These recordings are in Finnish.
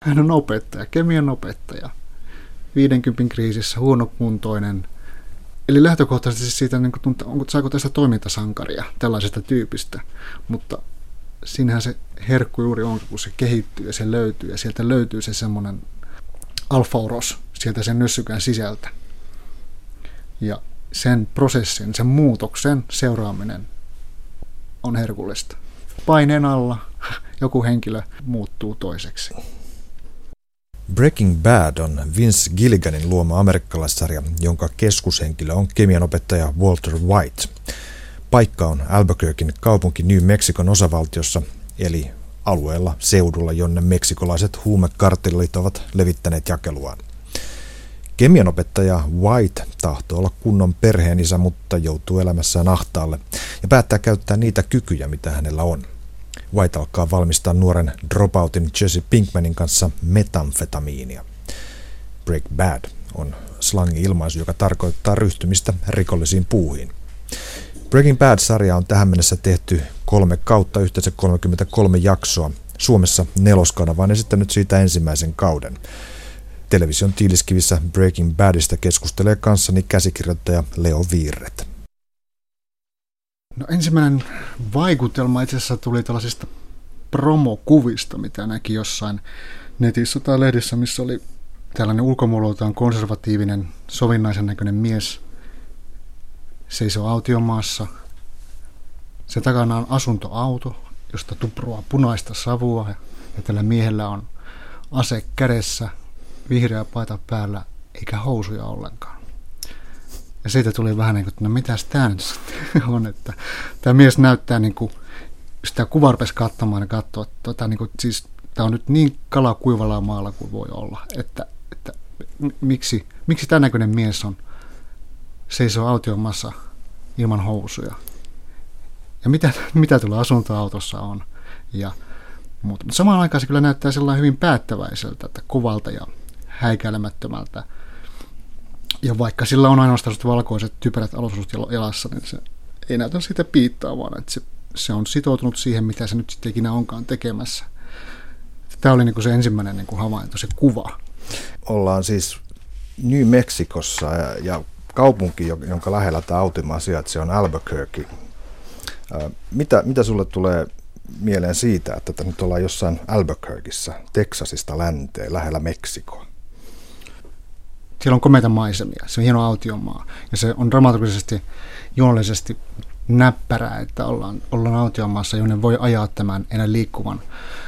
Hän on opettaja, kemian opettaja. 50 kriisissä, huonokuntoinen. Eli lähtökohtaisesti siitä, niin kuin, saako tästä toimintasankaria tällaisesta tyypistä, mutta siinähän se herkku juuri on, kun se kehittyy ja se löytyy, ja sieltä löytyy se semmoinen alfa-uros sieltä sen nössykään sisältä. Ja sen prosessin, sen muutoksen seuraaminen on herkullista. Paineen alla joku henkilö muuttuu toiseksi. Breaking Bad on Vince Gilliganin luoma amerikkalaissarja, jonka keskushenkilö on kemianopettaja Walter White. Paikka on Albuquerquen kaupunki New Mexicon osavaltiossa, eli alueella seudulla, jonne meksikolaiset huumekartellit ovat levittäneet jakeluaan. Kemianopettaja White tahtoo olla kunnon perheenisä, mutta joutuu elämässään ahtaalle ja päättää käyttää niitä kykyjä, mitä hänellä on. White alkaa valmistaa nuoren dropoutin Jesse Pinkmanin kanssa metamfetamiinia. Break Bad on slangi-ilmaisu, joka tarkoittaa ryhtymistä rikollisiin puuhiin. Breaking Bad-sarja on tähän mennessä tehty 3 kautta, yhteensä 33 jaksoa. Suomessa 4. kanava on esittänyt siitä ensimmäisen kauden. Television tiiliskivissä Breaking Badista keskustelee kanssani käsikirjoittaja Leo Viirret. No, ensimmäinen vaikutelma itse asiassa tuli tällaisista promokuvista, mitä näki jossain netissä tai lehdissä, missä oli tällainen ulkomuodoltaan konservatiivinen, sovinnaisen näköinen mies seisoo autiomaassa. Sen takana on asuntoauto, josta tupruaa punaista savua, ja tällä miehellä on ase kädessä, vihreä paita päällä, eikä housuja ollenkaan. Ja siitä tuli vähän niin kuin, että no mitäs tämä nyt on, että tämä mies näyttää niin kuin, sitä kuvaa rupesi katsomaan ja katsoa, että niin kuin, siis, tämä on nyt niin kalakuivalla maalla kuin voi olla, että miksi tämän näköinen mies on seisoo autiomaassa ilman housuja. Ja mitä tuolla asuntoautossa on. Ja muuta. Mutta samaan aikaan se kyllä näyttää sellainen hyvin päättäväiseltä, että kovalta ja häikäilemättömältä. Ja vaikka sillä on ainoastaan valkoiset typerät alushousut jalassa, niin se ei näytä siitä piittaamaan, että se on sitoutunut siihen, mitä se nyt sitten ikinä onkaan tekemässä. Tämä oli niin kuin se ensimmäinen niin kuin havainto, se kuva. Ollaan siis New Mexicossa ja kaupunki, jonka lähellä tämä autiomaa sijaitsee, on Albuquerque. Mitä sulle tulee mieleen siitä, että nyt ollaan jossain Albuquerquessa, Texasista länteen, lähellä Meksikoa? Siellä on komeita maisemia, se on hieno autiomaa ja se on dramaturgisesti, juonnollisesti näppärää, että ollaan autiomaassa, jonne voi ajaa tämän enää liikkuvan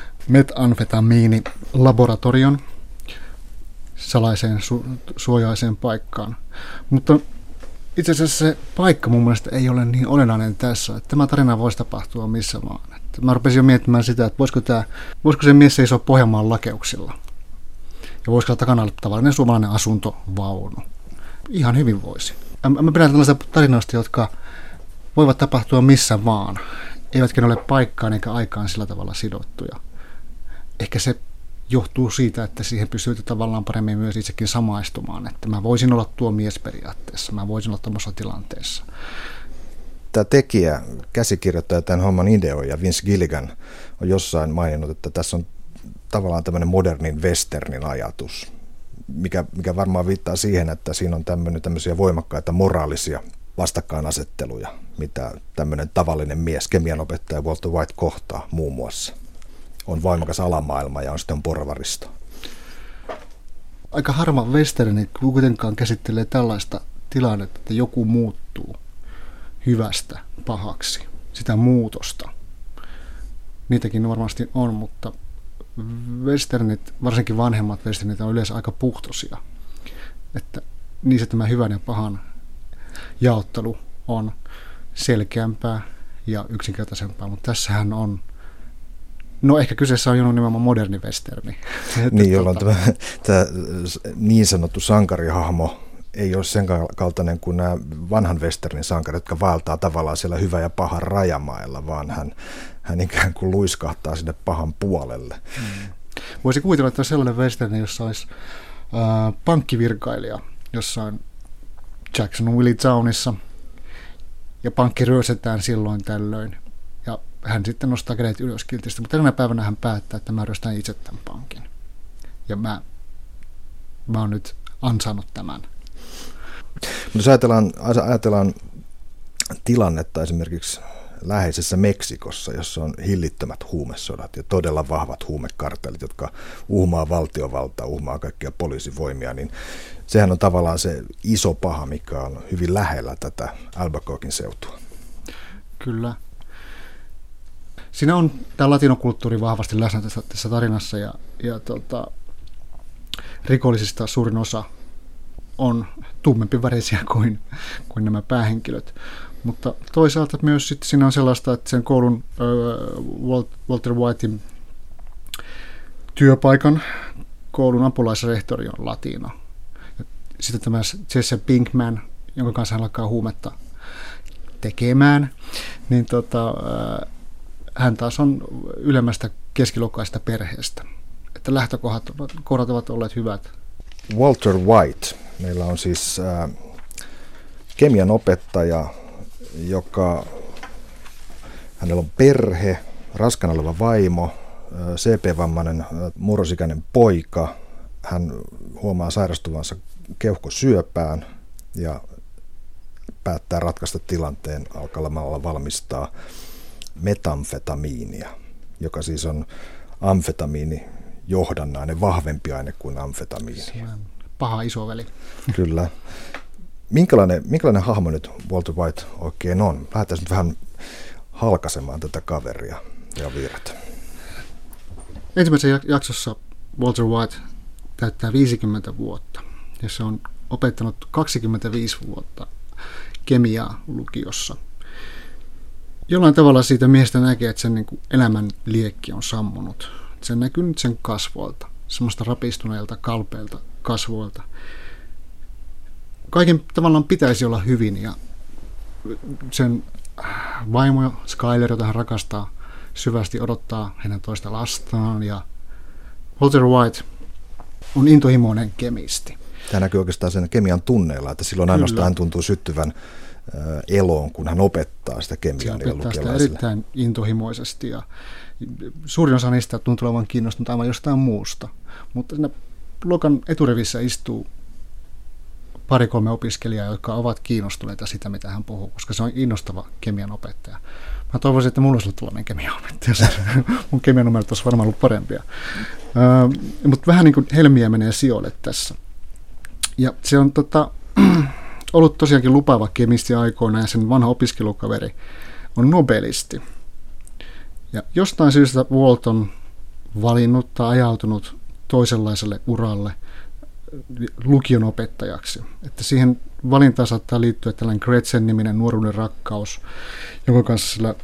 metamfetamiinilaboratorion salaiseen suojaiseen paikkaan. Mutta itse asiassa se paikka mun mielestä ei ole niin olennainen tässä, että tämä tarina voisi tapahtua missä vaan. Että mä rupesin jo miettimään sitä, että voisiko se mies seisoo Pohjanmaan lakeuksilla. Ja voisiko olla takana olla tavallinen suomalainen asuntovaunu. Ihan hyvin voisi. Mä pidän tällaista tarinoista, jotka voivat tapahtua missä vaan. Eivätkä ne ole paikkaan eikä aikaan sillä tavalla sidottuja. Ehkä se johtuu siitä, että siihen pystyy tavallaan paremmin myös itsekin samaistumaan. Että mä voisin olla tuo mies periaatteessa. Mä voisin olla tuommoisessa tilanteessa. Tämä tekijä, käsikirjoittaja, tämän homman ideoija Vince Gilligan on jossain maininnut, että tässä on tavallaan tämmöinen modernin westernin ajatus, mikä varmaan viittaa siihen, että siinä on tämmöisiä voimakkaita moraalisia vastakkainasetteluja, mitä tämmöinen tavallinen mies, kemianopettaja Walter White kohtaa muun muassa. On voimakas alamaailma ja on sitten porvaristo. Aika harva westerni kuitenkaan käsittelee tällaista tilannetta, että joku muuttuu hyvästä pahaksi, sitä muutosta. Niitäkin varmasti on, mutta westernit, varsinkin vanhemmat westernit, on yleensä aika puhtoisia. Että niissä tämä hyvän ja pahan jaottelu on selkeämpää ja yksinkertaisempaa, mutta tässähän on, no ehkä kyseessä on jo nimenomaan moderni westerni. Niin, jolloin tämä niin sanottu sankarihahmo ei ole sen kaltainen kuin nämä vanhan westernin sankarit, jotka vaeltaa tavallaan siellä hyvä ja pahan rajamailla, vaan hän ikään kuin luiskahtaa sinne pahan puolelle. Voisi kuvitella, että on sellainen westerni, jossa olisi pankkivirkailija jossain Jacksonville Townissa, ja pankki ryöstetään silloin tällöin, ja hän sitten nostaa kädet ylös kiltisti, mutta tänä päivänä hän päättää, että mä ryöstän itse tämän pankin. ja mä oon nyt ansainnut tämän. Jos ajatellaan tilannetta esimerkiksi läheisessä Meksikossa, jossa on hillittömät huumesodat ja todella vahvat huumekartellit, jotka uhmaa valtiovaltaa, uhmaa kaikkia poliisivoimia, niin sehän on tavallaan se iso paha, mikä on hyvin lähellä tätä Albuquerquen seutua. Kyllä. Siinä on tämä latinokulttuuri vahvasti läsnä tässä tarinassa ja rikollisista suurin osa on tummempi värisiä kuin nämä päähenkilöt. Mutta toisaalta myös sitten siinä on sellaista, että sen koulun Walter Whitein työpaikan koulun apulaisrehtori on latino. Ja sitten tämä Jesse Pinkman, jonka kanssa hän alkaa huumetta tekemään, niin hän taas on ylemmästä keskiluokkaisesta perheestä. Että lähtökohdat ovat olleet hyvät. Walter White. Meillä on siis kemian opettaja, hänellä on perhe, raskaana oleva vaimo, CP-vammainen murrosikäinen poika. Hän huomaa sairastuvansa keuhkosyöpään ja päättää ratkaista tilanteen alkamalla valmistaa metamfetamiinia, joka siis on amfetamiinijohdannainen, vahvempi aine kuin amfetamiini. Paha isoveli. Kyllä. Minkälainen hahmo nyt Walter White oikein on? Lähdetään nyt vähän halkaisemaan tätä kaveria ja virta. Ensimmäisessä jaksossa Walter White täyttää 50 vuotta ja se on opettanut 25 vuotta kemiaa lukiossa. Jollain tavalla siitä miehestä näkee, että sen niin kuin elämän liekki on sammunut. Se näkyy nyt sen kasvoilta, semmoista rapistuneilta, kalpeilta kasvoilta. Kaiken tavallaan pitäisi olla hyvin ja sen vaimo Skyler, jota hän rakastaa, syvästi odottaa hänen toista lastaan ja Walter White on intohimoinen kemisti. Tämä näkyy oikeastaan sen kemian tunneilla, että silloin ainoastaan hän tuntuu syttyvän eloon, kun hän opettaa sitä kemiaa niille lukiolaisille. Sitä erittäin intohimoisesti ja suurin osa niistä tuntuu olevan kiinnostunut aivan jostain muusta, mutta siinä luokan eturivissä istuu 2-3 opiskelijaa, jotka ovat kiinnostuneita sitä, mitä hän puhuu, koska se on innostava kemian opettaja. Mä toivoisin, että mulla olisi ollut tällainen kemian opettaja. Mun kemian numerot olisi varmaan ollut parempia. Mutta vähän niin kuin helmiä menee sijoille tässä. Ja se on ollut tosiaankin lupaava kemisti aikoina ja sen vanha opiskelukaveri on nobelisti. Ja jostain syystä Walt on valinnut tai ajautunut toisenlaiselle uralle lukion opettajaksi. Että siihen valintaan saattaa liittyä tällainen Gretchen-niminen nuoruuden rakkaus, jonka kanssa sillä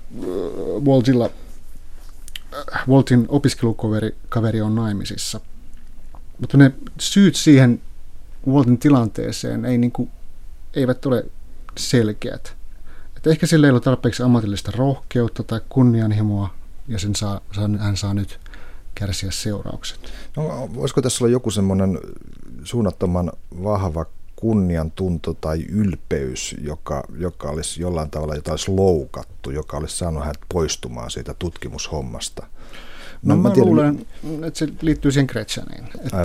Waltin opiskelukaveri on naimisissa. Mutta ne syyt siihen Waltin tilanteeseen eivät ole selkeät. Että ehkä sillä ei ole tarpeeksi ammatillista rohkeutta tai kunnianhimoa, ja hän saa nyt kärsiä seuraukset. No, voisiko tässä olla joku semmoinen suunnattoman vahva kunniantunto tai ylpeys, joka olisi jollain tavalla jota olisi loukattu, joka olisi saanut hänet poistumaan siitä tutkimushommasta? No mä luulen, että se liittyy siihen Gretcheniin.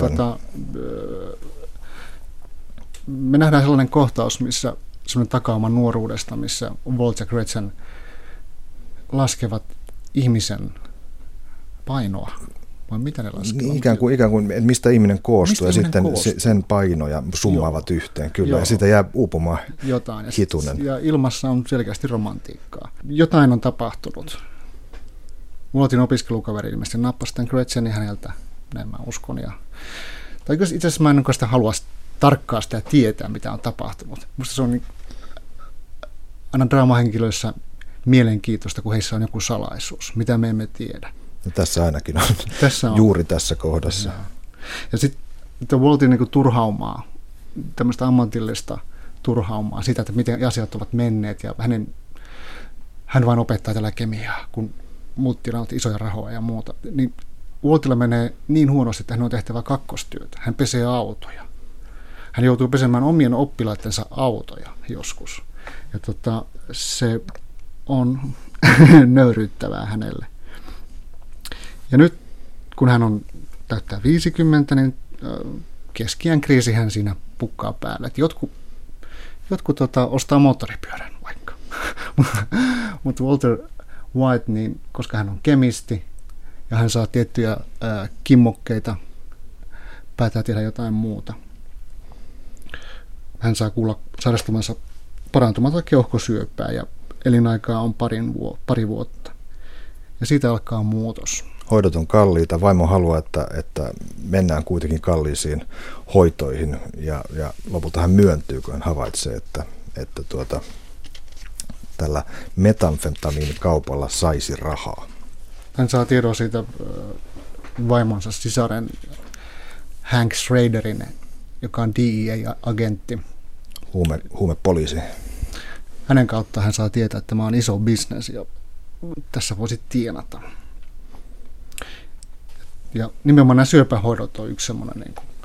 Me nähdään sellainen kohtaus, missä sellainen takaaman nuoruudesta, missä Walt ja Gretchen laskevat ihmisen painoa. Vai mitä ne laskevat? Ikään kuin mistä ihminen koostuu ja sitten sen painoja summaavat yhteen. Kyllä, ja siitä jää uupumaan jotain. hitunen. Ja ilmassa on selkeästi romantiikkaa. Jotain on tapahtunut. Waltin opiskelukaveri ilmeisesti nappasi tämän Gretchenin häneltä, näin mä uskon. Tai itse asiassa mä en oikeastaan halua tarkkaan sitä tietää, mitä on tapahtunut. Musta se on aina draamahenkilöissä mielenkiintoista, kun heissä on joku salaisuus, mitä me emme tiedä. No, tässä ainakin on. Juuri tässä kohdassa. Ja sitten Waltin turhaumaa, tämmöistä ammatillista turhaumaa, sitä, että miten asiat ovat menneet, ja hän vain opettaa tällä kemiaa, kun muut tilaavat isoja rahoja ja muuta. Niin Waltilla menee niin huonosti, että hän on tehtävä kakkostyötä. Hän pesee autoja. Hän joutuu pesemään omien oppilaittensa autoja joskus. Ja se on nöyryyttävää hänelle. Ja nyt, kun hän on täyttää 50, niin keskiään kriisihän siinä pukkaa päälle. Et jotkut ostaa moottoripyörän vaikka. Mutta Walter White, niin, koska hän on kemisti ja hän saa tiettyjä kimmokkeita, päättää tehdä jotain muuta. Hän saa kuulla sairastumansa parantumatta keuhkosyöpää ja elinaikaa on pari vuotta. Ja siitä alkaa muutos. Hoidot on kalliita. Vaimo haluaa, että mennään kuitenkin kalliisiin hoitoihin ja lopulta hän myöntyy, kun hän havaitsee, että tällä metamfetamiinikaupalla saisi rahaa. Hän saa tiedon siitä vaimonsa sisaren Hank Schraderin, joka on DEA-agentti. Huumepoliisi. Hänen kautta hän saa tietää, että tämä on iso bisnes ja tässä voisi tienata. Ja nimenomaan nämä syöpähoidot on yksi semmoinen, niin kuin,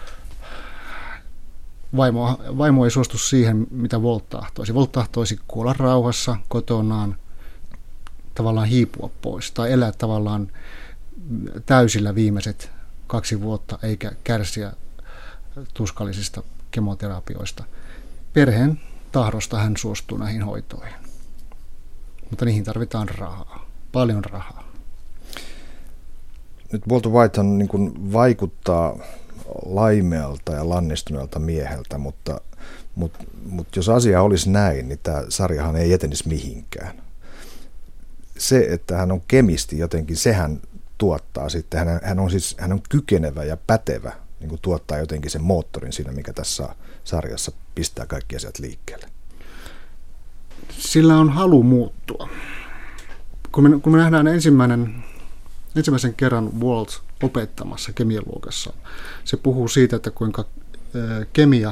vaimo ei suostu siihen, mitä Walt tahtoisi. Walt tahtoisi kuolla rauhassa kotonaan, tavallaan hiipua pois tai elää tavallaan täysillä viimeiset 2 vuotta eikä kärsiä tuskallisista kemoterapioista. Perheen tahdosta hän suostuu näihin hoitoihin, mutta niihin tarvitaan rahaa, paljon rahaa. Nyt Walter White on, niin kuin vaikuttaa laimealta ja lannistuneelta mieheltä, mutta jos asia olisi näin, niin tämä sarjahan ei etenisi mihinkään. Se, että hän on kemisti jotenkin, sehän tuottaa sitten, hän on kykenevä ja pätevä niin kuin tuottaa jotenkin sen moottorin siinä, mikä tässä sarjassa pistää kaikki asiat liikkeelle. Sillä on halu muuttua. Kun me nähdään ensimmäisen kerran Walt opettamassa kemialuokassa, se puhuu siitä, että kuinka kemia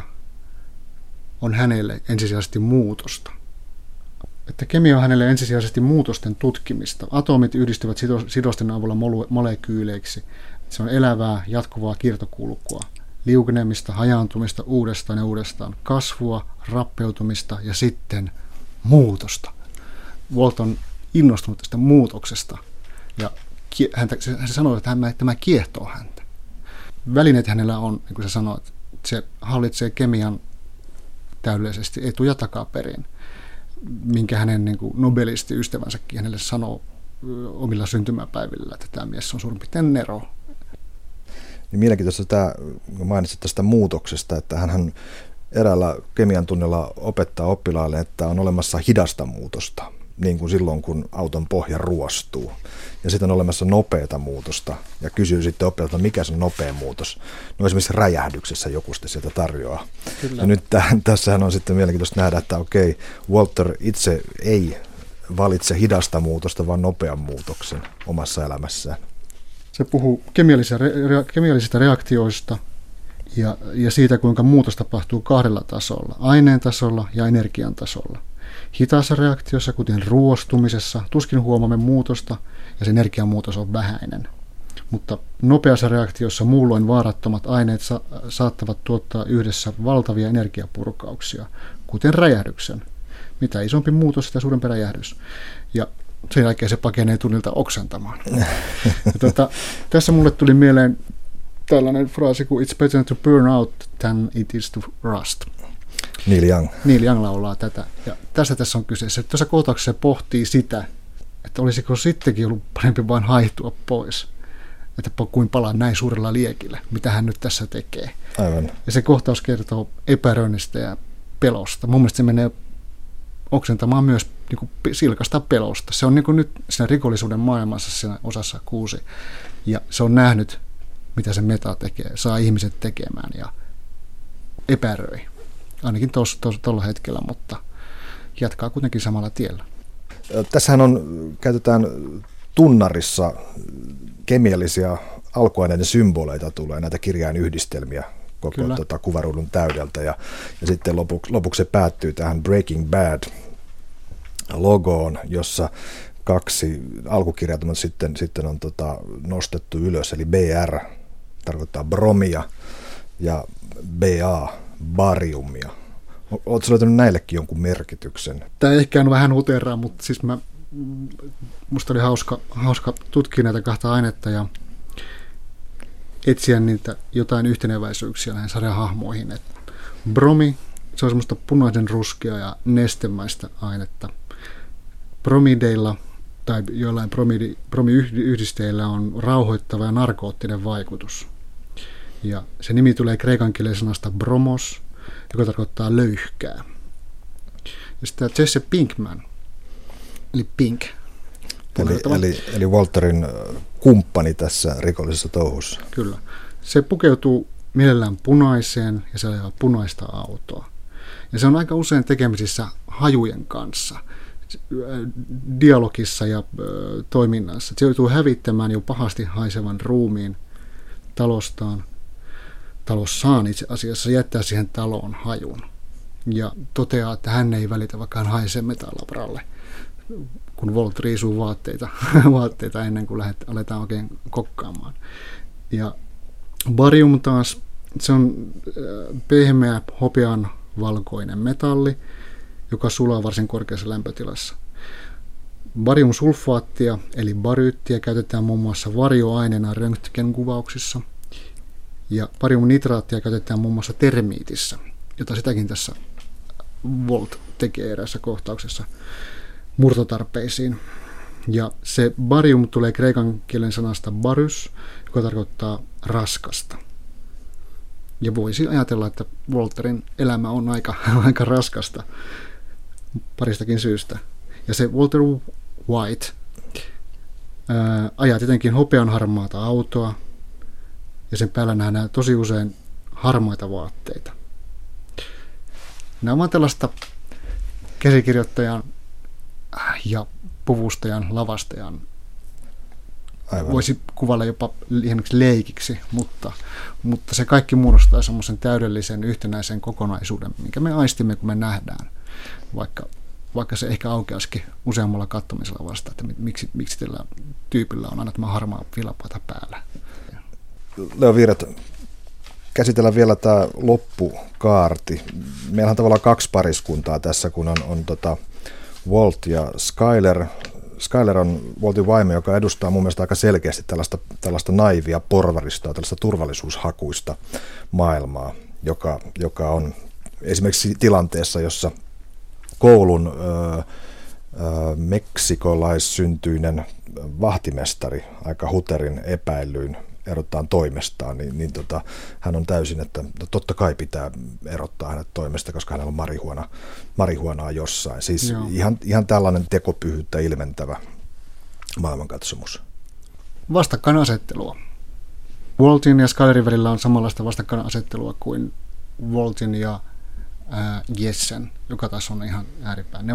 on hänelle ensisijaisesti muutosta. Että kemia on hänelle ensisijaisesti muutosten tutkimista. Atomit yhdistyvät sidosten avulla molekyyleiksi. Se on elävää, jatkuvaa kiertokulkua, liukenemista, hajaantumista uudestaan ja uudestaan, kasvua, rappeutumista ja sitten muutosta. Walt on innostunut tästä muutoksesta ja hän sanoo, että tämä kiehtoo häntä. Välineet hänellä on, niin kuin sä sanoit, se hallitsee kemian täydellisesti etu- ja takaperin, minkä hänen niin kuin nobelisti-ystävänsäkin hänelle sanoo omilla syntymäpäivillä, että tämä mies on suurin piirtein nero. Niin mielenkiintoista tämä, kun mainitsit tästä muutoksesta, että hän eräällä kemian tunnilla opettaa oppilaille, että on olemassa hidasta muutosta, niin kuin silloin, kun auton pohja ruostuu. Ja sitten on olemassa nopeata muutosta, ja kysyy sitten oppilailta, mikä se on nopea muutos. No esimerkiksi räjähdyksessä joku sitten sieltä tarjoaa. Kyllä. Ja nyt tässähän on sitten mielenkiintoista nähdä, että okei, Walter itse ei valitse hidasta muutosta, vaan nopean muutoksen omassa elämässään. Se puhuu kemiallisista reaktioista ja siitä, kuinka muutos tapahtuu 2 tasolla, aineen tasolla ja energian tasolla. Hitaassa reaktiossa, kuten ruostumisessa, tuskin huomaamme muutosta ja se energiamuutos on vähäinen. Mutta nopeassa reaktiossa muulloin vaarattomat aineet saattavat tuottaa yhdessä valtavia energiapurkauksia, kuten räjähdyksen. Mitä isompi muutos, sitä suurempi räjähdys. Ja sen jälkeen se pakenee tunnilta oksentamaan. Tässä mulle tuli mieleen tällainen fraasi kuin "It's better to burn out than it is to rust". Neil Young laulaa tätä. Ja tässä on kyseessä. Tuossa kohtauksessa se pohtii sitä, että olisiko sittenkin ollut parempi vain haihtua pois. Että kuin palaa näin suurella liekillä, mitä hän nyt tässä tekee. Aivan. Ja se kohtaus kertoo epäröinnistä ja pelosta. Mun mielestä se menee oksentamaan myös niin kuin silkasta pelosta. Se on niin kuin nyt siinä rikollisuuden maailmassa siinä osassa 6. Ja se on nähnyt, mitä se meta tekee, saa ihmiset tekemään ja epäröi. Ainakin tuolla hetkellä, mutta jatkaa kuitenkin samalla tiellä. Tässähän käytetään tunnarissa kemiallisia alkuaineiden symboleita, tulee näitä kirjainyhdistelmiä koko kuvaruudun täydeltä. Ja sitten lopuksi se päättyy tähän Breaking Bad logoon, jossa 2 alkukirjautumat sitten on nostettu ylös, eli BR tarkoittaa bromia ja BA bariumia. Oletko löytänyt näillekin jonkun merkityksen? Tämä ehkä on vähän huteraa, mutta siis musta oli hauska tutkia näitä 2 ainetta ja etsiä niitä jotain yhteneväisyyksiä näihin sarjan hahmoihin. Et bromi, se on semmoista punaisen ruskea ja nestemäistä ainetta. Bromideilla tai joillain bromiyhdisteillä on rauhoittava ja narkoottinen vaikutus. Ja se nimi tulee kreikan kielen sanasta bromos, joka tarkoittaa löyhkää. Ja sitten Jesse Pinkman, eli Pink. Eli Walterin kumppani tässä rikollisessa touhussa. Kyllä. Se pukeutuu mielellään punaiseen ja se ajaa punaista autoa. Ja se on aika usein tekemisissä hajujen kanssa, dialogissa ja toiminnassa. Se joutuu hävittämään jo pahasti haisevan ruumiin talossaan itse asiassa, jättää siihen taloon hajun. Ja toteaa, että hän ei välitä, vaikka hän haisee metalabralle, kun Walt riisuu vaatteita ennen kuin aletaan oikein kokkaamaan. Ja barium taas, se on pehmeä hopean valkoinen metalli, joka sulaa varsin korkeassa lämpötilassa. Bariumsulfaattia eli baryyttiä käytetään muun muassa varjoaineena röntgenkuvauksissa. Ja bariumnitraattia käytetään muun muassa termiitissä, jota sitäkin tässä Walt tekee eräässä kohtauksessa murtotarpeisiin. Ja se barium tulee kreikan kielen sanasta barys, joka tarkoittaa raskasta. Ja voisi ajatella, että Walterin elämä on aika raskasta paristakin syystä. Ja se Walter White ajaa tietenkin hopeanharmaata autoa, ja sen päällä nähdään tosi usein harmaita vaatteita. Nämä ovat tällaista käsikirjoittajan ja puvustajan, lavastajan. Aivan. Voisi kuvailla jopa esimerkiksi leikiksi, mutta se kaikki muodostaa semmoisen täydellisen yhtenäisen kokonaisuuden, minkä me aistimme, kun me nähdään, vaikka se ehkä aukeasikin useammalla katsomisella vasta, että miksi tällä tyypillä on aina tämä harmaa villapaita päällä. Leo Viiret, käsitellään vielä tämä loppukaarti. Meillä on tavallaan kaksi pariskuntaa tässä, kun on Walt ja Skyler. Skyler on Waltin vaimo, joka edustaa mun mielestä aika selkeästi tällaista naivia porvaristoa, tällaista turvallisuushakuista maailmaa, joka on esimerkiksi tilanteessa, jossa koulun meksikolaissyntyinen vahtimestari aika huterin epäillyyn erottaa toimestaan, niin hän on täysin, että totta kai pitää erottaa hänet toimesta, koska hänellä on marihuonaa jossain. Siis ihan tällainen tekopyhyyttä ilmentävä maailmankatsomus. Vastakkainasettelua. Waltin ja Skylerin välillä on samanlaista vastakkainasettelua kuin Waltin ja Jessen, joka taas on ihan ääripää.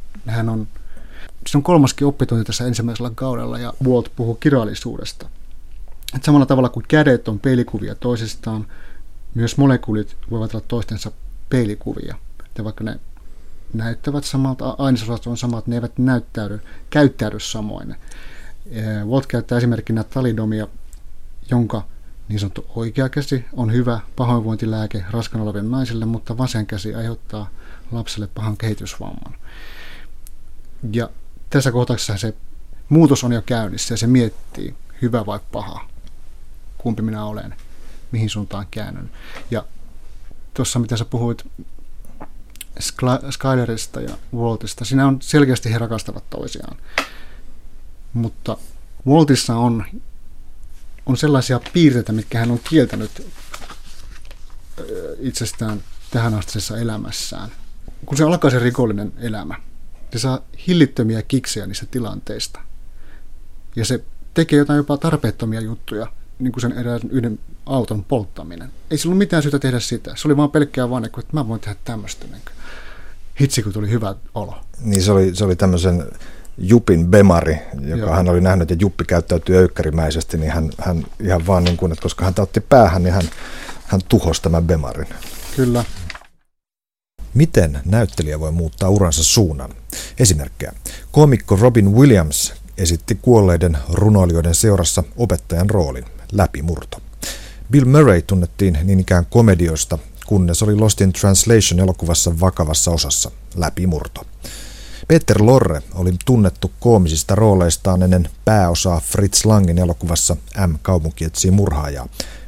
Se on kolmaskin oppitunti tässä ensimmäisellä kaudella, ja Walt puhuu kirjallisuudesta. Että samalla tavalla kuin kädet on peilikuvia toisistaan, myös molekyylit voivat olla toistensa peilikuvia. Ja vaikka ne näyttävät samalta, ainesosat on samat, ne eivät käyttäydy samoin. Walt käyttää esimerkkinä talidomia, jonka niin sanottu oikea käsi on hyvä pahoinvointilääke raskaana oleville naisille, mutta vasen käsi aiheuttaa lapselle pahan kehitysvamman. Ja tässä kohtauksessa se muutos on jo käynnissä ja se miettii, hyvä vai paha, kumpi minä olen, mihin suuntaan käännyn. Ja tuossa, mitä sä puhuit Skylerista ja Waltista, siinä on selkeästi he rakastavat toisiaan. Mutta Waltissa on sellaisia piirteitä, mitkä hän on kieltänyt itsestään tähän astisessa elämässään. Kun se alkaa se rikollinen elämä, se saa hillittömiä kiksejä niistä tilanteista. Ja se tekee jotain jopa tarpeettomia juttuja, niin kuin sen yhden auton polttaminen. Ei sillä ollut mitään syytä tehdä sitä. Se oli vaan pelkkää vaan, että mä voin tehdä tämmöistä. Hitsi, kun tuli hyvä olo. Niin se oli tämmöisen Jupin bemari, joka hän oli nähnyt, ja Juppi käyttäytyy öykkärimäisesti, niin hän ihan vaan niin kuin, että koska hän otti päähän, niin hän tuhosi tämän bemarin. Kyllä. Miten näyttelijä voi muuttaa uransa suunnan? Esimerkkejä. Koomikko Robin Williams esitti kuolleiden runoilijoiden seurassa opettajan roolin, Läpimurto. Bill Murray tunnettiin niin ikään komedioista, kunnes oli Lost in Translation -elokuvassa vakavassa osassa, Läpimurto. Peter Lorre oli tunnettu koomisista rooleistaan ennen pääosaa Fritz Langin elokuvassa M. Kaupunki etsii murhaajaa.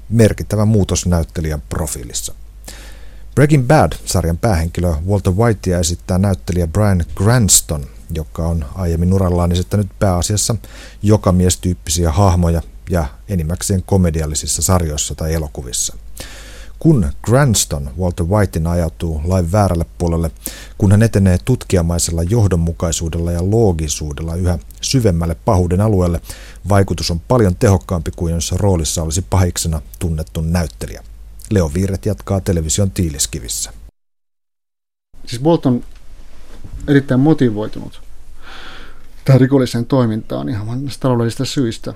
merkittävä muutos näyttelijän profiilissa. Breaking Bad-sarjan päähenkilö Walter Whitea esittää näyttelijä Bryan Cranston, joka on aiemmin urallaan esittänyt pääasiassa jokamiestyyppisiä hahmoja ja enimmäkseen komediallisissa sarjoissa tai elokuvissa. Kun Cranston Walter Whiten ajautuu lain väärälle puolelle, kun hän etenee tutkijamaisella johdonmukaisuudella ja loogisuudella yhä syvemmälle pahuuden alueelle, vaikutus on paljon tehokkaampi kuin jossa roolissa olisi pahiksena tunnettu näyttelijä. Leo Viiret jatkaa television tiiliskivissä. Siis Walt on erittäin motivoitunut tähän rikolliseen toimintaan ihan taloudellisista syistä.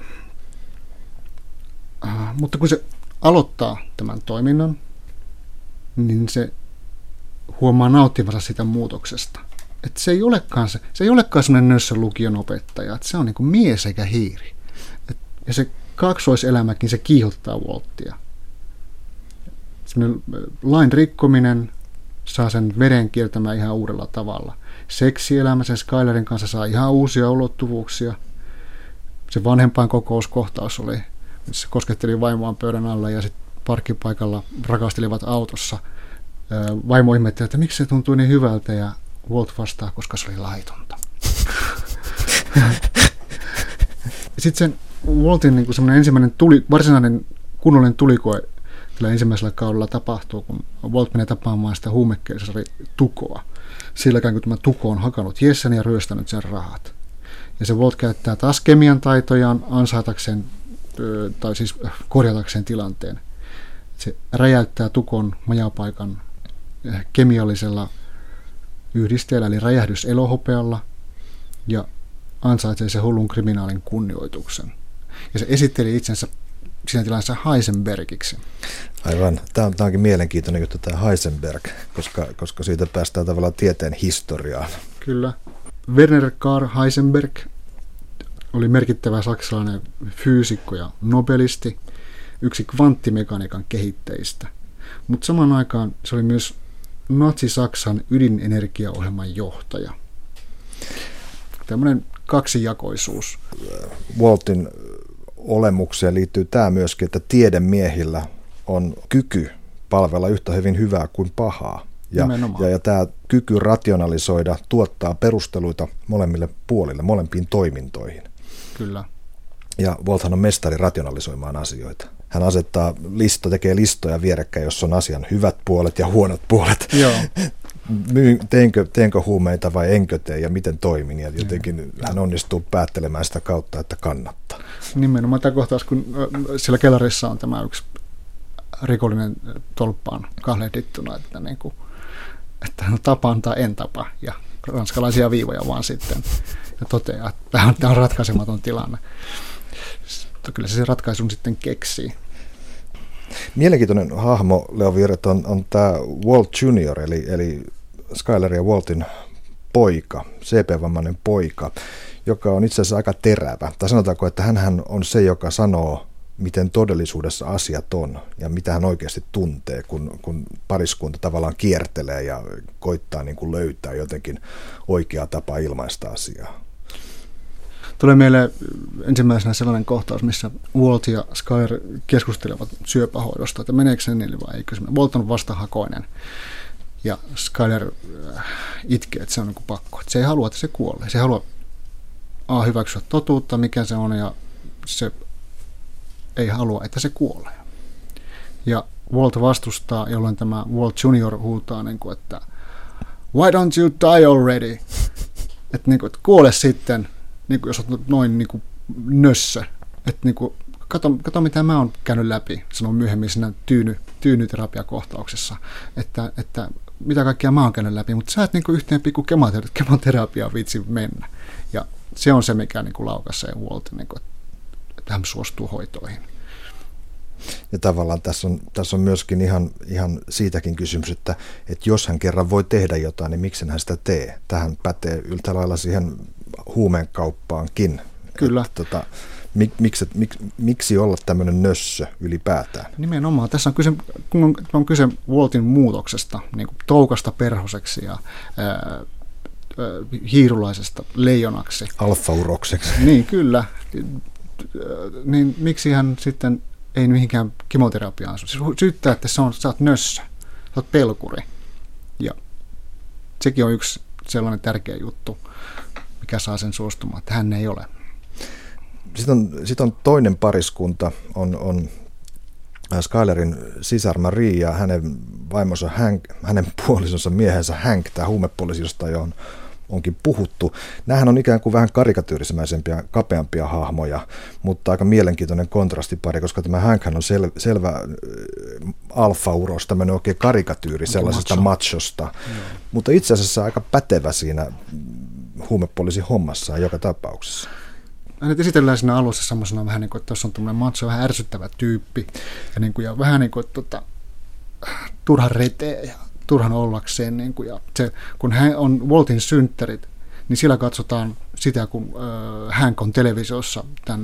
Mutta kun se aloittaa tämän toiminnan, niin se huomaa nauttivansa sitä muutoksesta. Että se ei olekaan sellainen nössön lukion opettaja, että se on niin kuin mies eikä hiiri. Ja se kaksoiselämäkin, se kiihottaa Waltia. Sellainen lain rikkominen saa sen veren kiertämään ihan uudella tavalla. Seksielämä sen Skylerin kanssa saa ihan uusia ulottuvuuksia. Se vanhempainkokouskohtaus oli, missä kosketteli vaimoaan pöydän alla ja sitten parkkipaikalla rakastelivat autossa. Vaimo ihmetteli, että miksi se tuntui niin hyvältä ja Walt vastaa, koska se oli laitonta. Sitten sen Waltin niin semmoinen ensimmäinen varsinainen kunnollinen tulikoe tällä ensimmäisellä kaudella tapahtuu, kun Walt menee tapaamaan sitä huumekeisari Tukoa. Silläkään kun tämä Tuko on hakannut Jessen ja ryöstänyt sen rahat. Ja se Walt käyttää taas kemian taitojaan ansaitakseen, tai siis korjatakseen tilanteen. Se räjäyttää Tukon majapaikan kemiallisella yhdisteellä, eli räjähdyselohopealla, ja ansaitsee se hullun kriminaalin kunnioituksen. Ja se esitteli itsensä siinä tilassa Heisenbergiksi. Aivan. Tämä onkin mielenkiintoinen juttu, tämä Heisenberg, koska siitä päästään tavallaan tieteen historiaan. Kyllä. Werner Karl Heisenberg oli merkittävä saksalainen fyysikko ja nobelisti, yksi kvanttimekaniikan kehittäjistä. Mutta samaan aikaan se oli myös Natsi-Saksan ydinenergiaohjelman johtaja. Tämmöinen kaksijakoisuus. Waltin olemukseen liittyy tämä myöskin, että tiedemiehillä on kyky palvella yhtä hyvin hyvää kuin pahaa. Ja tämä kyky rationalisoida tuottaa perusteluita molemmille puolille, molempiin toimintoihin. Kyllä. Ja Walthan on mestari rationalisoimaan asioita. Hän tekee listoja vierekkäin, jos on asian hyvät puolet ja huonot puolet. Joo. Teenkö huumeita vai enkö tee ja miten toimin. Ja jotenkin hän onnistuu päättelemään sitä kautta, että kannattaa. Nimenomaan tämä kohtaus, kun siellä kellarissa on tämä yksi rikollinen tolppaan kahlehdittuna, että tapaan tai en tapa. Ja ranskalaisia viivoja vaan sitten. Ja toteaa, että tämä on ratkaisematon tilanne. Kyllä se ratkaisun sitten keksii. Mielenkiintoinen hahmo, Leo Viiret, on tämä Walt Junior, eli Skyler ja Waltin poika, CP-vammainen poika, joka on itse asiassa aika terävä. Tai sanotaanko, että hän on se, joka sanoo, miten todellisuudessa asiat on ja mitä hän oikeasti tuntee, kun pariskunta tavallaan kiertelee ja koittaa niin kuin löytää jotenkin oikea tapa ilmaista asiaa. Tulee meille ensimmäisenä sellainen kohtaus, missä Walt ja Skyler keskustelevat syöpähoidosta, että meneekö se niille vai eikö se mene. Walt on vastahakoinen ja Skyler itkee, että se on niin kuin pakko. Että se ei halua, että se kuolee. Se ei halua hyväksyä totuutta, mikä se on, ja se ei halua, että se kuolee. Ja Walt vastustaa, jolloin tämä Walt Junior huutaa, niin kuin, että why don't you die already? Että, niin kuin, että kuole sitten. Niin kuin jos olet noin niin kuin nössö, että niin kuin, kato mitä mä oon käynyt läpi, sanon myöhemmin siinä tyynyterapiakohtauksessa, että mitä kaikkea mä oon käynyt läpi, mutta sä et niin kuin yhteen pikku kemoterapiaan viitsi mennä. Ja se on se, mikä niin kuin laukaisee Waltin, niin kuin, että hän suostuu hoitoihin. Ja tavallaan tässä on myöskin ihan siitäkin kysymys, että jos hän kerran voi tehdä jotain, niin miksi hän sitä tee? Tähän pätee yhtä lailla siihen huumeenkauppaankin. Kyllä. Miksi olla tämmöinen nössö ylipäätään? Nimenomaan. Tässä on kyse Waltin muutoksesta, niin kuin toukasta perhoseksi ja hiirulaisesta leijonaksi. Alfa-urokseksi. Niin, kyllä. Niin miksi hän sitten ei mihinkään kemoterapiaan. Se syyttää, että sä oot nössö, sä oot pelkuri. Ja sekin on yksi sellainen tärkeä juttu, mikä saa sen suostumaan, että hän ei ole. Sitten on toinen pariskunta, on Skylerin sisar Marie ja hänen vaimonsa Hank, hänen puolisonsa miehensä Hank, tämä huumepoliisi, josta johon onkin puhuttu. Nämähän on ikään kuin vähän karikatyyrisemäisempiä, kapeampia hahmoja, mutta aika mielenkiintoinen kontrastipari, koska tämä Hankhan on selvä alfa-uros, tämmöinen oikein karikatyyri sellaisesta machosta, mutta itse asiassa aika pätevä siinä huumepoliisin hommassaan joka tapauksessa. Hänet esitellään siinä alussa semmoisena vähän niin kuin, että tuossa on tämmöinen macho, vähän ärsyttävä tyyppi ja, niin kuin, ja vähän niin kuin, että turhan reteä ja turhan ollakseen. Niin kuin, ja se, kun hän on Waltin synttärit, niin siellä katsotaan sitä, kun Hank on televisiossa tämän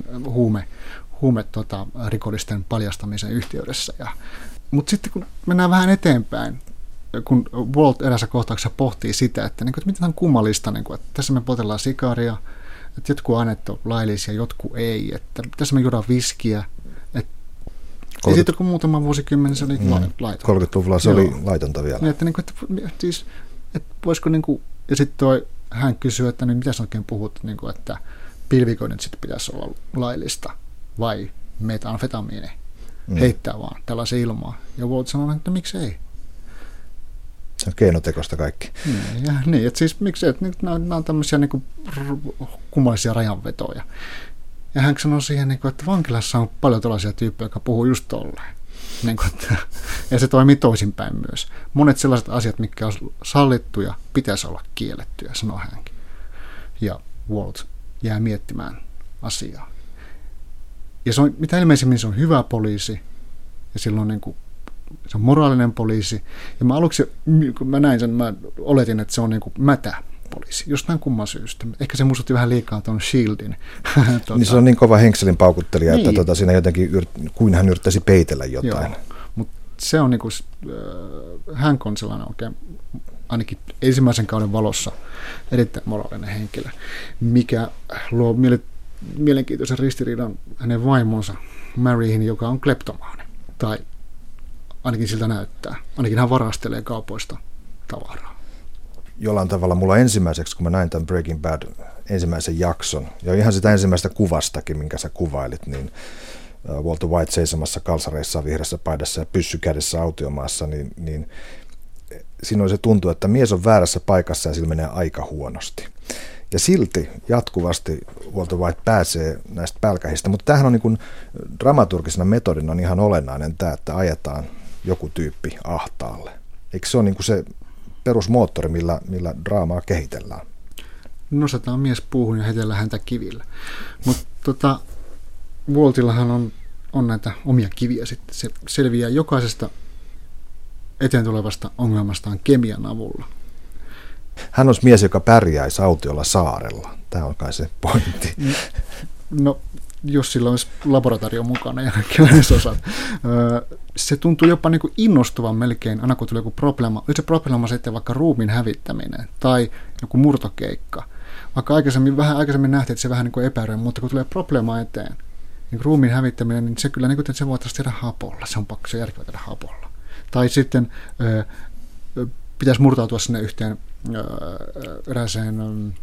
rikollisten paljastamisen yhteydessä. Mutta sitten kun mennään vähän eteenpäin, kun Walt erässä kohtauksessa pohtii sitä, että, niin kuin, että miten on kummallista, niin kuin, että tässä me potellaan sikaria, että jotkut aineet on laillisia, jotkut ei, että tässä me juodaan viskiä. Ja sitten kun muutama vuosikymmen se oli laitonta. 30-luvulla se oli laitonta vielä. Ja että, että voisiko, niin kuin, ja sitten hän kysyy, että niin mitä sä oikein puhut, niin kuin, että pilvikoiden sitten pitäisi olla laillista vai metamfetamiini heittää vaan tällaisen ilmaa. Ja Walt sanoo, että miksi ei? Se on keinotekoista kaikki. Niin, että siis miksi, että nämä on tämmöisiä niin kuin kummallisia rajanvetoja. Ja hän sanoi siihen, että vankilassa on paljon tällaisia tyyppejä, jotka puhuu just tolleen. Ja se toimii toisinpäin myös. Monet sellaiset asiat, mitkä on sallittuja, pitäisi olla kiellettyjä, sanoi hänkin. Ja Walt jää miettimään asiaa. Ja se on, mitä ilmeisimmin se on hyvä poliisi, ja silloin niin kuin, se on moraalinen poliisi. Ja mä aluksi, kun mä näin sen, mä oletin, että se on niin kuin mätä poliisi, jostain kumman syystä. Ehkä se muistutti vähän liikaa tuon Shieldin. Niin se on niin kova henkselin paukuttelija, niin, että siinä jotenkin, kuin hän yrittäisi peitellä jotain. Mutta se on niinku, Hank on sellainen oikein, ainakin ensimmäisen kauden valossa, erittäin moraalinen henkilö, mikä luo mielenkiintoisen ristiriidan hänen vaimonsa Maryin, joka on kleptomaani. Tai ainakin siltä näyttää. Ainakin hän varastelee kaupoista tavaraa. Jollain tavalla mulla ensimmäiseksi, kun mä näin tämän Breaking Bad ensimmäisen jakson, ja ihan sitä ensimmäistä kuvastakin, minkä sä kuvailit, niin Walter White seisomassa kalsareissa vihreässä paidassa ja pyssy kädessä autiomaassa, niin siinä on se tuntuu, että mies on väärässä paikassa ja sillä menee aika huonosti. Ja silti jatkuvasti Walter White pääsee näistä pälkähistä, mutta tämähän on niin kuin dramaturgisena metodina on ihan olennainen tämä, että ajetaan joku tyyppi ahtaalle. Eikö se ole niin kuin se perusmoottori, millä draamaa kehitellään? Nostetaan mies puuhun ja heitellään häntä kivillä. Mutta Waltillahan on näitä omia kiviä sitten. Se selviää jokaisesta eteen tulevasta ongelmastaan kemian avulla. Hän on mies, joka pärjäisi autiolla saarella. Tämä on kai se pointti. No, jos sillä olisi laboratorio mukana ja kaikki osat. Se tuntuu jopa niin kuin innostuvan melkein, aina kun tulee joku probleema. Oli se probleema sitten vaikka ruumiin hävittäminen tai joku murtokeikka. Vaikka vähän aikaisemmin nähtiin, että se vähän niin kuin epäröi, mutta kun tulee probleema eteen, niin ruumiin hävittäminen, niin se kyllä niin kuin, että se voitaisiin tehdä hapolla. Se on pakko, se järkevää tehdä hapolla. Tai sitten pitäisi murtautua sinne yhteen erääseen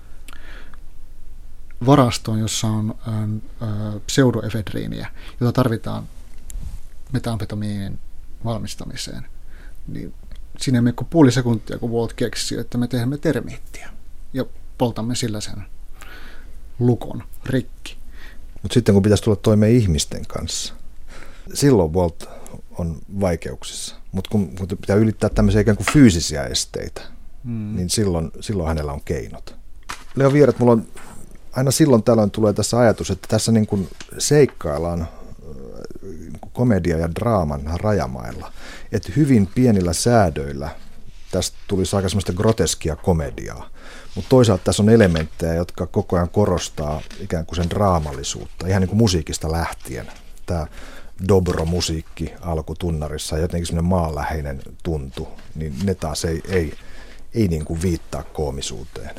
varastoon, jossa on pseudoefedriiniä, jota tarvitaan metamfetamiinin valmistamiseen. Niin siinä ei mene kuin puoli sekuntia, kun Walt keksi, että me teemme termiittiä ja poltamme sillä sen lukon rikki. Mutta sitten kun pitäisi tulla toimeen ihmisten kanssa, silloin Walt on vaikeuksissa. Mutta kun pitää ylittää tämmöisiä ikään kuin fyysisiä esteitä, niin silloin hänellä on keinot. Leo Vierat, mulla on aina silloin tällöin tulee tässä ajatus, että tässä niin kuin seikkaillaan komedia ja draaman rajamailla. Että hyvin pienillä säädöillä tästä tulisi aika semmoista groteskia komediaa. Mutta toisaalta tässä on elementtejä, jotka koko ajan korostaa ikään kuin sen draamallisuutta, ihan niin kuin musiikista lähtien. Tämä dobro-musiikki alkutunnarissa ja jotenkin semmoinen maanläheinen tuntu, niin ne taas ei niin kuin viittaa koomisuuteen.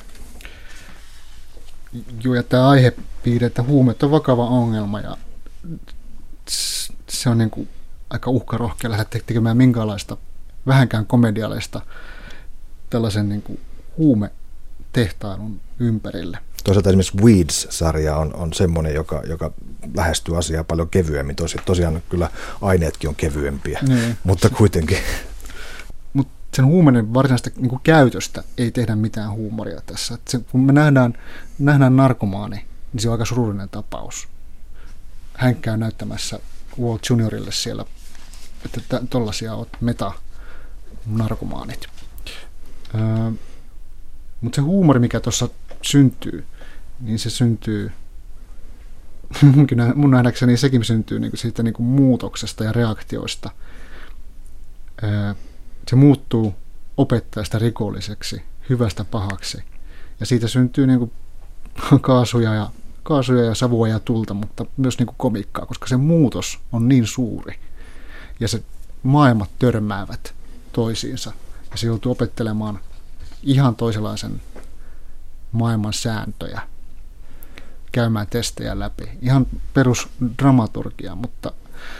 Joo, ja tämä aihepiiri, että huumeet on vakava ongelma, ja se on niin kuin aika uhkarohkea lähteä tekemään minkäänlaista vähänkään komediallista tällaisen niin kuin huumetehtailun ympärille. Toisaalta esimerkiksi Weeds-sarja on semmoinen, joka lähestyy asiaa paljon kevyemmin. Tosiaan kyllä aineetkin on kevyempiä, mutta kuitenkin. Mutta sen huumeiden varsinaista niin kuin käytöstä ei tehdä mitään huumoria tässä. Kun me nähdään narkomaani, niin se on aika surullinen tapaus. Hän käy näyttämässä Walt Juniorille siellä, että tollaisia olet metanarkomaanit. Mutta se huumori, mikä tuossa syntyy, niin se syntyy, mun nähdäkseni sekin syntyy niinku siitä niinku muutoksesta ja reaktioista. Se muuttuu opettajasta rikolliseksi, hyvästä pahaksi. Ja siitä syntyy niinku kaasuja ja savua ja tulta, mutta myös niinku komiikkaa, koska se muutos on niin suuri. Ja se maailmat törmäävät toisiinsa. Ja se joutuu opettelemaan ihan toisenlaisen maailman sääntöjä, käymään testejä läpi. Ihan perusdramaturgia, mutta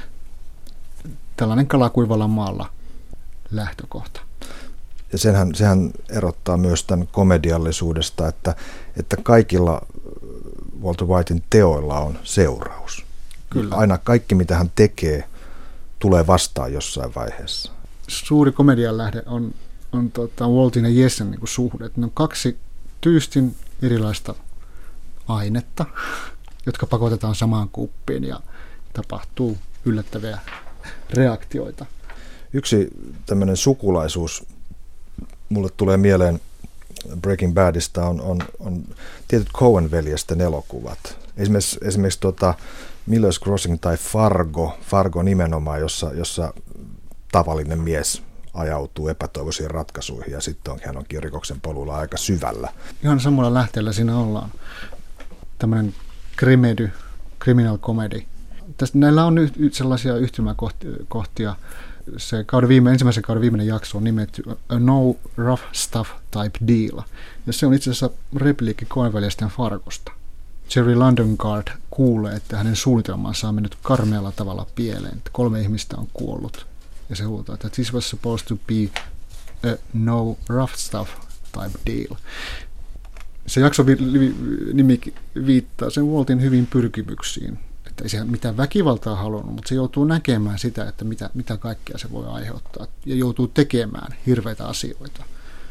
tällainen kalakuivalla maalla lähtökohta. Ja sehän erottaa myös tämän komediallisuudesta, että kaikilla Walter Whiten teoilla on seuraus. Kyllä. Aina kaikki, mitä hän tekee, tulee vastaan jossain vaiheessa. Suuri komedian lähde on Waltin ja Jessen niin kuin suhde. Ne on kaksi tyystin erilaista ainetta, jotka pakotetaan samaan kuppiin ja tapahtuu yllättäviä reaktioita. Yksi tämmöinen sukulaisuus mulle tulee mieleen Breaking Badista on tietyt Coen-veljesten elokuvat. Esimerkiksi Miller's Crossing tai Fargo nimenomaan, jossa tavallinen mies ajautuu epätoivoisiin ratkaisuihin ja sitten hän onkin rikoksen polulla aika syvällä. Ihan samalla lähteellä siinä ollaan. Tämmöinen criminal comedy. Näillä on sellaisia yhtymäkohtia. Se ensimmäisen kauden viimeinen jakso on nimetty A No Rough Stuff Type Deal. Ja se on itse asiassa repliikki Coen-veljesten Fargosta. Jerry London-Guard kuulee, että hänen suunnitelmansa on mennyt karmealla tavalla pieleen. Että 3 ihmistä on kuollut. Ja se huutaa, että this was supposed to be a no rough stuff type deal. Se jakso nimi viittaa sen Waltin hyvin pyrkimyksiin. Että ei se mitään väkivaltaa halunnut, mutta se joutuu näkemään sitä, että mitä kaikkea se voi aiheuttaa. Ja joutuu tekemään hirveitä asioita.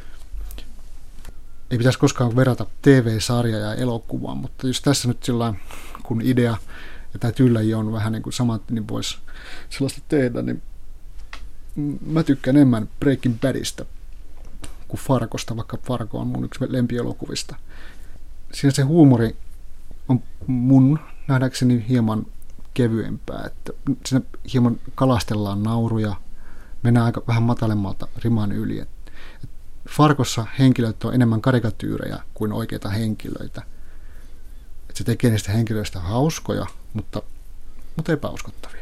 Ei pitäisi koskaan verrata TV-sarjaa ja elokuvaa, mutta jos tässä nyt sillä kun idea ja tämä tylläji on vähän niin kuin samat, niin voisi sellaista tehdä, niin mä tykkään enemmän Breaking Badista kuin Fargosta, vaikka Fargo on mun yksi lempielokuvista. Siinä se huumori on mun nähdäkseni hieman kevyempää, että siinä hieman kalastellaan nauruja, mennään aika vähän matalemmalta riman yli. Fargossa henkilöt on enemmän karikatyyrejä kuin oikeita henkilöitä. Se tekee niistä henkilöistä hauskoja, mutta epäuskottavia.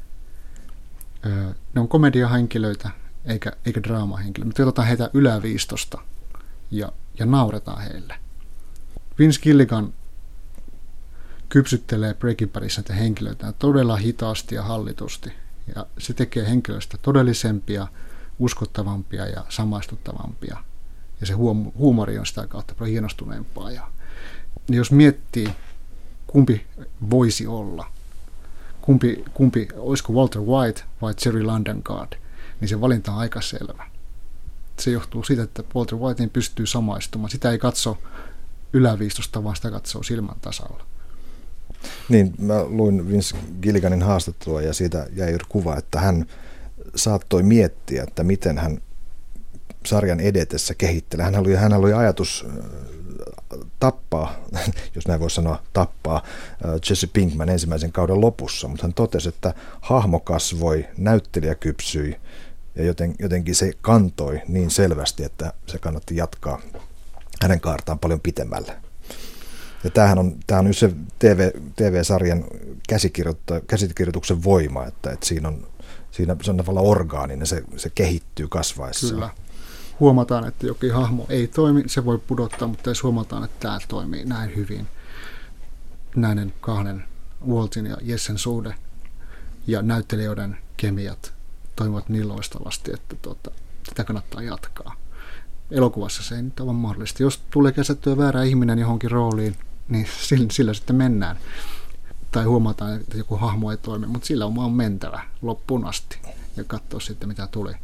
Ne on komediahenkilöitä eikä draamahenkilöitä. Me otetaan heitä yläviistosta ja nauretaan heille. Vince Gilligan kypsyttelee Breaking Badissa näitä henkilöitä todella hitaasti ja hallitusti. Ja se tekee henkilöistä todellisempia, uskottavampia ja samaistuttavampia. Ja se huumori on sitä kautta paljon hienostuneempaa. Ja jos miettii, kumpi voisi olla, kumpi olisiko Walter White vai Jerry London-Guard, niin se valinta on aika selvä. Se johtuu siitä, että Walter Whiteen pystyy samaistumaan. Sitä ei katso yläviistosta, vaan sitä katsoo silmän tasalla. Niin, mä luin Vince Gilliganin haastattelua ja siitä jäi kuva, että hän saattoi miettiä, että miten hän sarjan edetessä kehittelee. Hän oli ajatus tappaa, jos näin voi sanoa, Jesse Pinkman ensimmäisen kauden lopussa, mutta hän totesi, että hahmo kasvoi, näyttelijä kypsyi ja jotenkin se kantoi niin selvästi, että se kannatti jatkaa hänen kaartaan paljon pitemmälle. Ja tämähän on se TV-sarjan käsikirjoituksen voima, että siinä se on tavallaan orgaaninen, se kehittyy kasvaessa. Kyllä. Huomataan, että jokin hahmo ei toimi, se voi pudottaa, mutta jos huomataan, että tämä toimii näin hyvin, näiden kahden, Waltin ja Jessen suhde, ja näyttelijöiden kemiat toimivat niin loistavasti, että sitä kannattaa jatkaa. Elokuvassa se ei nyt ole mahdollista. Jos tulee käsitettyä väärä ihminen johonkin rooliin, niin sillä sitten mennään. Tai huomataan, että joku hahmo ei toimi, mutta sillä on mentävä loppuun asti ja katsoa sitten, mitä tuli.